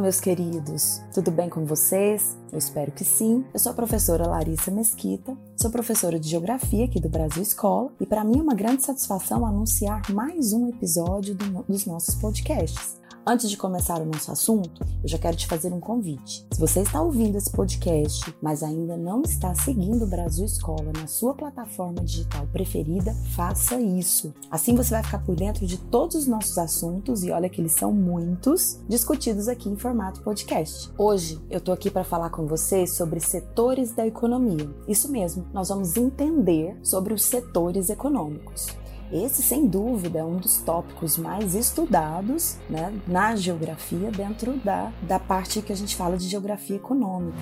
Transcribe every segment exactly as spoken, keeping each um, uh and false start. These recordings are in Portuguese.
meus queridos! Tudo bem com vocês? Eu espero que sim. Eu sou a professora Larissa Mesquita, sou professora de Geografia aqui do Brasil Escola e para mim é uma grande satisfação anunciar mais um episódio do, dos nossos podcasts. Antes de começar o nosso assunto, eu já quero te fazer um convite. Se você está ouvindo esse podcast, mas ainda não está seguindo o Brasil Escola na sua plataforma digital preferida, faça isso. Assim você vai ficar por dentro de todos os nossos assuntos, e olha que eles são muitos, discutidos aqui em formato podcast. Hoje eu tô aqui para falar com vocês sobre setores da economia. Isso mesmo, nós vamos entender sobre os setores econômicos. Esse, sem dúvida, é um dos tópicos mais estudados, né, na geografia, dentro da, da parte que a gente fala de geografia econômica.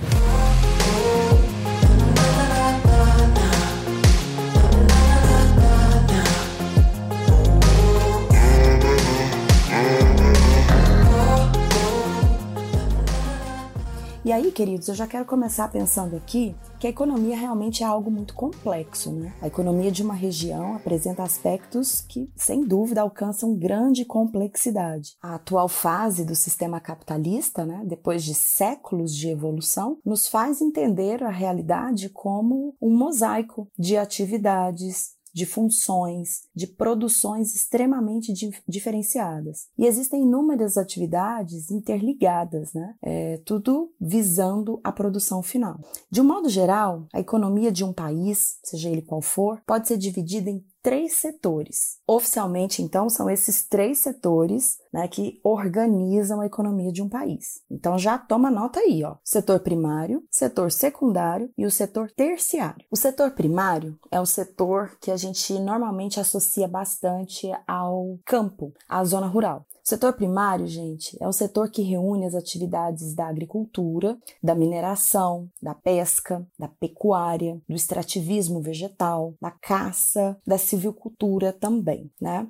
E aí, queridos, eu já quero começar pensando aqui que a economia realmente é algo muito complexo, né? A economia de uma região apresenta aspectos que, sem dúvida, alcançam grande complexidade. A atual fase do sistema capitalista, né, depois de séculos de evolução, nos faz entender a realidade como um mosaico de atividades, de funções, de produções extremamente dif- diferenciadas. E existem inúmeras atividades interligadas, né? É, tudo visando a produção final. De um modo geral, a economia de um país, seja ele qual for, pode ser dividida em três setores. Oficialmente, então, são esses três setores, né, que organizam a economia de um país. Então, já toma nota aí, ó. Setor primário, setor secundário e o setor terciário. O setor primário é o setor que a gente normalmente associa bastante ao campo, à zona rural. O setor primário, gente, é o setor que reúne as atividades da agricultura, da mineração, da pesca, da pecuária, do extrativismo vegetal, da caça, da silvicultura também, né?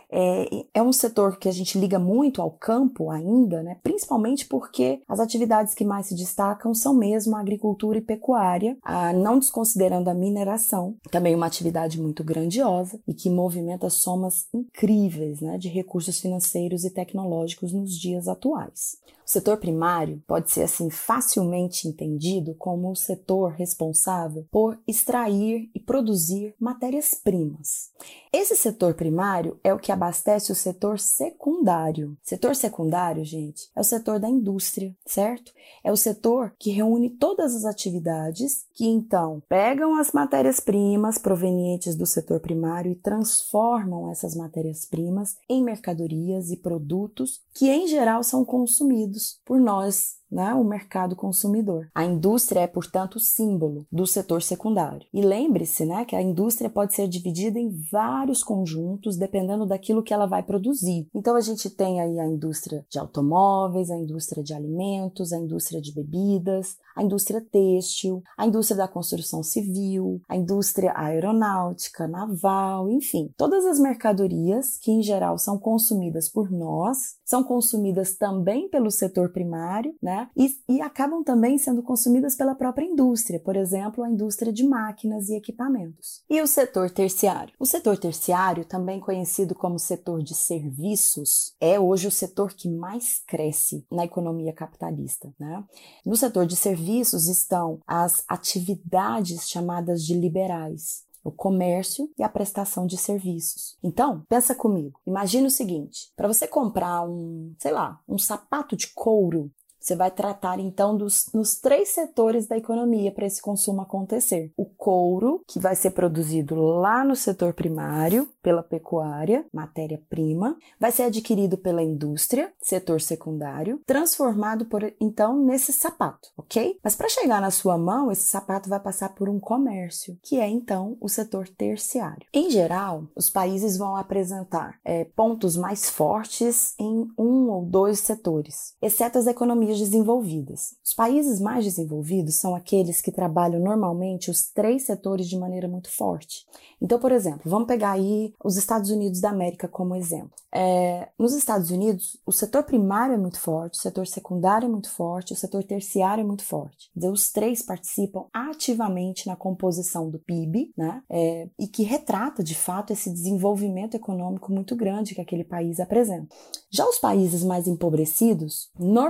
É, é um setor que a gente liga muito ao campo ainda, né? Principalmente porque as atividades que mais se destacam são mesmo a agricultura e pecuária, a, não desconsiderando a mineração, também uma atividade muito grandiosa e que movimenta somas incríveis, né, de recursos financeiros e tecnológicos nos dias atuais. O setor primário pode ser assim facilmente entendido como o setor responsável por extrair e produzir matérias-primas. Esse setor primário é o que abastece o setor secundário. Setor secundário, gente, é o setor da indústria, certo? É o setor que reúne todas as atividades que, então, pegam as matérias-primas provenientes do setor primário e transformam essas matérias-primas em mercadorias e produtos que, em geral, são consumidos por nós, né, o mercado consumidor. A indústria é, portanto, o símbolo do setor secundário. E lembre-se, né, que a indústria pode ser dividida em vários conjuntos, dependendo daquilo que ela vai produzir. Então, a gente tem aí a indústria de automóveis, a indústria de alimentos, a indústria de bebidas, a indústria têxtil, a indústria da construção civil, a indústria aeronáutica, naval, enfim. Todas as mercadorias que, em geral, são consumidas por nós, são consumidas também pelo setor primário, né? E, e acabam também sendo consumidas pela própria indústria, por exemplo, a indústria de máquinas e equipamentos. E o setor terciário? O setor terciário, também conhecido como setor de serviços, é hoje o setor que mais cresce na economia capitalista, né? No setor de serviços estão as atividades chamadas de liberais, o comércio e a prestação de serviços. Então, pensa comigo, imagina o seguinte, para você comprar um, sei lá, um sapato de couro, você vai tratar, então, dos, nos três setores da economia para esse consumo acontecer. O couro, que vai ser produzido lá no setor primário, pela pecuária, matéria-prima, vai ser adquirido pela indústria, setor secundário, transformado, por, então, nesse sapato, ok? Mas para chegar na sua mão, esse sapato vai passar por um comércio, que é, então, o setor terciário. Em geral, os países vão apresentar é, pontos mais fortes em um ou dois setores, exceto as economias desenvolvidas. Os países mais desenvolvidos são aqueles que trabalham normalmente os três setores de maneira muito forte. Então, por exemplo, vamos pegar aí os Estados Unidos da América como exemplo. É, nos Estados Unidos, o setor primário é muito forte, o setor secundário é muito forte, o setor terciário é muito forte. Então, os três participam ativamente na composição do P I B, né? É, e que retrata, de fato, esse desenvolvimento econômico muito grande que aquele país apresenta. Já os países mais empobrecidos, normalmente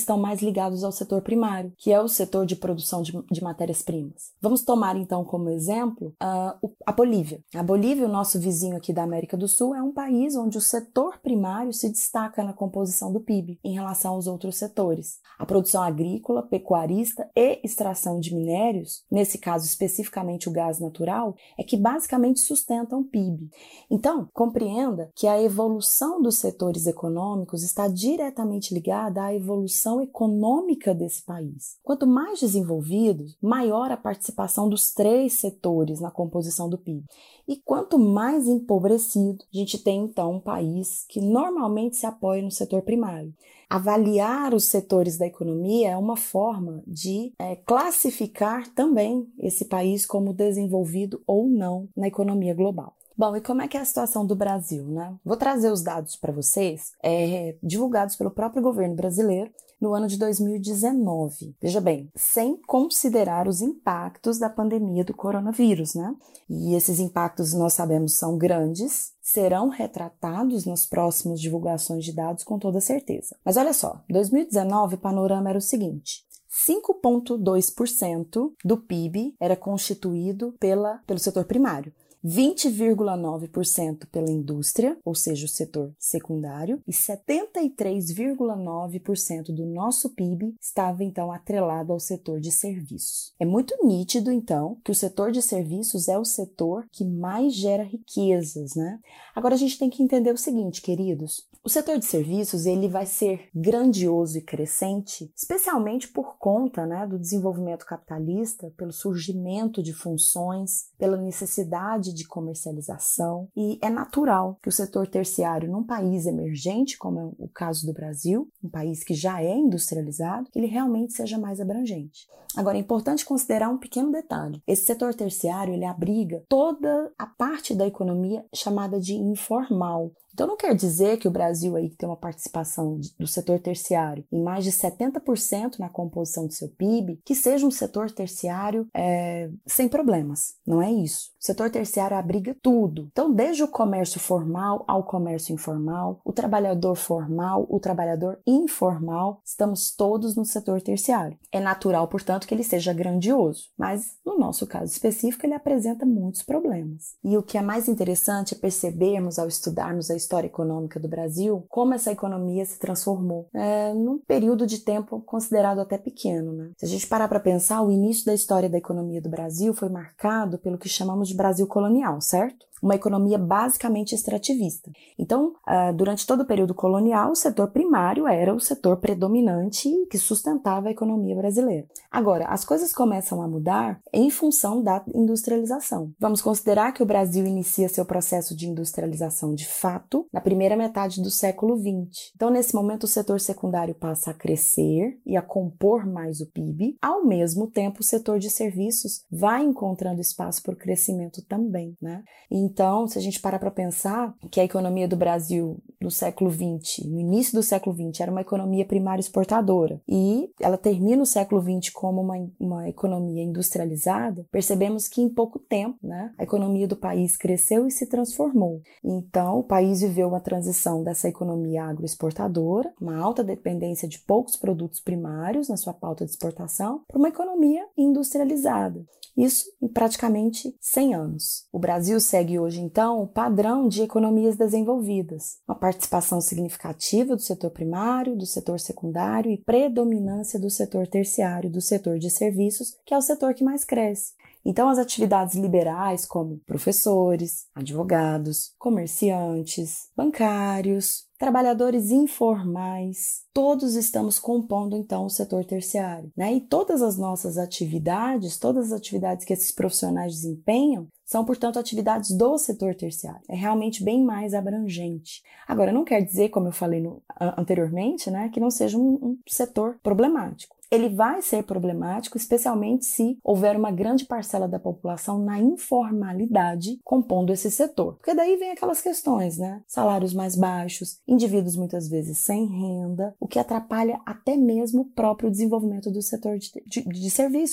estão mais ligados ao setor primário, que é o setor de produção de, de matérias-primas. Vamos tomar então como exemplo uh, a Bolívia. A Bolívia, o nosso vizinho aqui da América do Sul, é um país onde o setor primário se destaca na composição do P I B em relação aos outros setores. A produção agrícola, pecuarista e extração de minérios, nesse caso especificamente o gás natural, é que basicamente sustentam o P I B. Então, compreenda que a evolução dos setores econômicos está diretamente ligada à evolução econômica desse país. Quanto mais desenvolvido, maior a participação dos três setores na composição do P I B. E quanto mais empobrecido, a gente tem então um país que normalmente se apoia no setor primário. Avaliar os setores da economia é uma forma de é, classificar também esse país como desenvolvido ou não na economia global. Bom, e como é que é a situação do Brasil, né? Vou trazer os dados para vocês, é, divulgados pelo próprio governo brasileiro no ano de dois mil e dezenove. Veja bem, sem considerar os impactos da pandemia do coronavírus, né? E esses impactos, nós sabemos, são grandes, serão retratados nas próximas divulgações de dados com toda certeza. Mas olha só, dois mil e dezenove o panorama era o seguinte: cinco vírgula dois por cento do P I B era constituído pela, pelo setor primário, vinte vírgula nove por cento pela indústria, ou seja, o setor secundário, e setenta e três vírgula nove por cento do nosso P I B estava, então, atrelado ao setor de serviços. É muito nítido, então, que o setor de serviços é o setor que mais gera riquezas, né? Agora, a gente tem que entender o seguinte, queridos. O setor de serviços ele vai ser grandioso e crescente, especialmente por conta, né, do desenvolvimento capitalista, pelo surgimento de funções, pela necessidade de comercialização, e é natural que o setor terciário, num país emergente, como é o caso do Brasil, um país que já é industrializado, que ele realmente seja mais abrangente. Agora, é importante considerar um pequeno detalhe. Esse setor terciário ele abriga toda a parte da economia chamada de informal. Então, não quer dizer que o Brasil aí tem uma participação do setor terciário em mais de setenta por cento na composição do seu P I B, que seja um setor terciário é, sem problemas. Não é isso. O setor terciário abriga tudo. Então, desde o comércio formal ao comércio informal, o trabalhador formal, o trabalhador informal, estamos todos no setor terciário. É natural, portanto, que ele seja grandioso, mas no nosso caso específico ele apresenta muitos problemas. E o que é mais interessante é percebermos ao estudarmos a história econômica do Brasil, como essa economia se transformou é, num período de tempo considerado até pequeno, né? Se a gente parar para pensar, o início da história da economia do Brasil foi marcado pelo que chamamos de Brasil colonial, certo? Uma economia basicamente extrativista. Então, uh, durante todo o período colonial, o setor primário era o setor predominante que sustentava a economia brasileira. Agora, as coisas começam a mudar em função da industrialização. Vamos considerar que o Brasil inicia seu processo de industrialização de fato na primeira metade do século vinte. Então, nesse momento, o setor secundário passa a crescer e a compor mais o P I B. Ao mesmo tempo, o setor de serviços vai encontrando espaço para o crescimento também, né? E Então, se a gente parar para pensar que a economia do Brasil no século vinte, no início do século vinte, era uma economia primária exportadora e ela termina o século vinte como uma, uma economia industrializada, percebemos que em pouco tempo, né, a economia do país cresceu e se transformou. Então, o país viveu uma transição dessa economia agroexportadora, uma alta dependência de poucos produtos primários na sua pauta de exportação, para uma economia industrializada. Isso em praticamente cem anos. O Brasil segue hoje, então, o padrão de economias desenvolvidas, uma participação significativa do setor primário, do setor secundário e predominância do setor terciário, do setor de serviços, que é o setor que mais cresce. Então, as atividades liberais, como professores, advogados, comerciantes, bancários, trabalhadores informais, todos estamos compondo, então, o setor terciário, né? E todas as nossas atividades, todas as atividades que esses profissionais desempenham, são, portanto, atividades do setor terciário. É realmente bem mais abrangente. Agora, não quer dizer, como eu falei no, anteriormente, né, que não seja um, um setor problemático. Ele vai ser problemático, especialmente se houver uma grande parcela da população na informalidade compondo esse setor. Porque daí vem aquelas questões, né? Salários mais baixos, indivíduos muitas vezes sem renda, o que atrapalha até mesmo o próprio desenvolvimento do setor de, de, de serviços.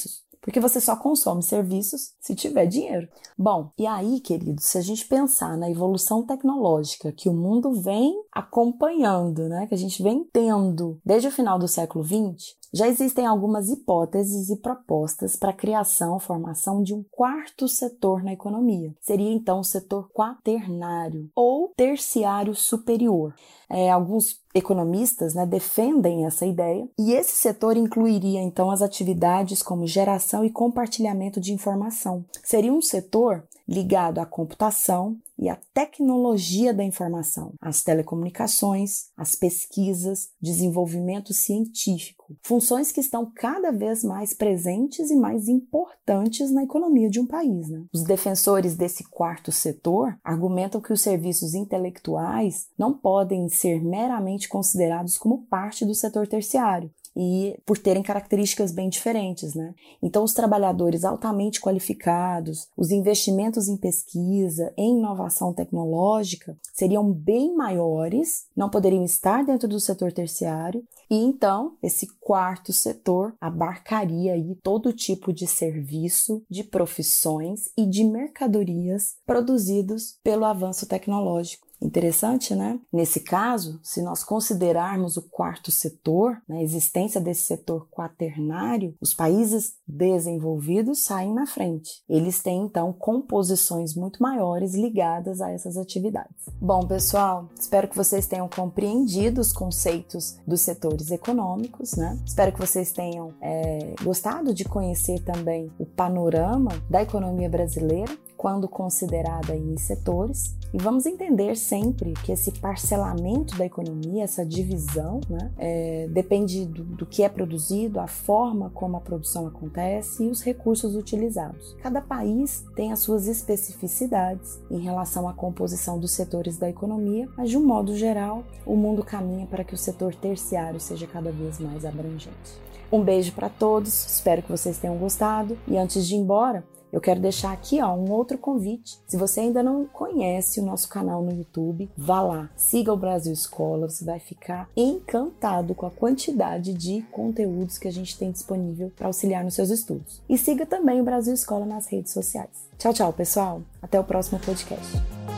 porque você só consome serviços se tiver dinheiro. Bom, e aí, queridos, se a gente pensar na evolução tecnológica que o mundo vem acompanhando, né, que a gente vem tendo desde o final do século vinte, já existem algumas hipóteses e propostas para a criação, formação de um quarto setor na economia. Seria então o setor quaternário ou terciário superior. É, alguns economistas, né, defendem essa ideia, e esse setor incluiria então as atividades como geração e compartilhamento de informação. Seria um setor ligado à computação e à tecnologia da informação, às telecomunicações, às pesquisas, desenvolvimento científico, funções que estão cada vez mais presentes e mais importantes na economia de um país, né? Os defensores desse quarto setor argumentam que os serviços intelectuais não podem ser meramente considerados como parte do setor terciário, e por terem características bem diferentes, né? Então, os trabalhadores altamente qualificados, os investimentos em pesquisa, em inovação tecnológica seriam bem maiores, não poderiam estar dentro do setor terciário, e então esse quarto setor abarcaria aí todo tipo de serviço, de profissões e de mercadorias produzidos pelo avanço tecnológico. Interessante, né? Nesse caso, se nós considerarmos o quarto setor, né, a existência desse setor quaternário, os países desenvolvidos saem na frente. Eles têm, então, composições muito maiores ligadas a essas atividades. Bom, pessoal, espero que vocês tenham compreendido os conceitos dos setores econômicos, né? Espero que vocês tenham é, gostado de conhecer também o panorama da economia brasileira, quando considerada em setores, e vamos entender sempre que esse parcelamento da economia, essa divisão, né, é, depende do, do que é produzido, a forma como a produção acontece e os recursos utilizados. Cada país tem as suas especificidades em relação à composição dos setores da economia, mas de um modo geral, o mundo caminha para que o setor terciário seja cada vez mais abrangente. Um beijo para todos, espero que vocês tenham gostado, e antes de ir embora, eu quero deixar aqui ó, um outro convite. Se você ainda não conhece o nosso canal no YouTube, vá lá, siga o Brasil Escola, você vai ficar encantado com a quantidade de conteúdos que a gente tem disponível para auxiliar nos seus estudos. E siga também o Brasil Escola nas redes sociais. Tchau, tchau, pessoal. Até o próximo podcast.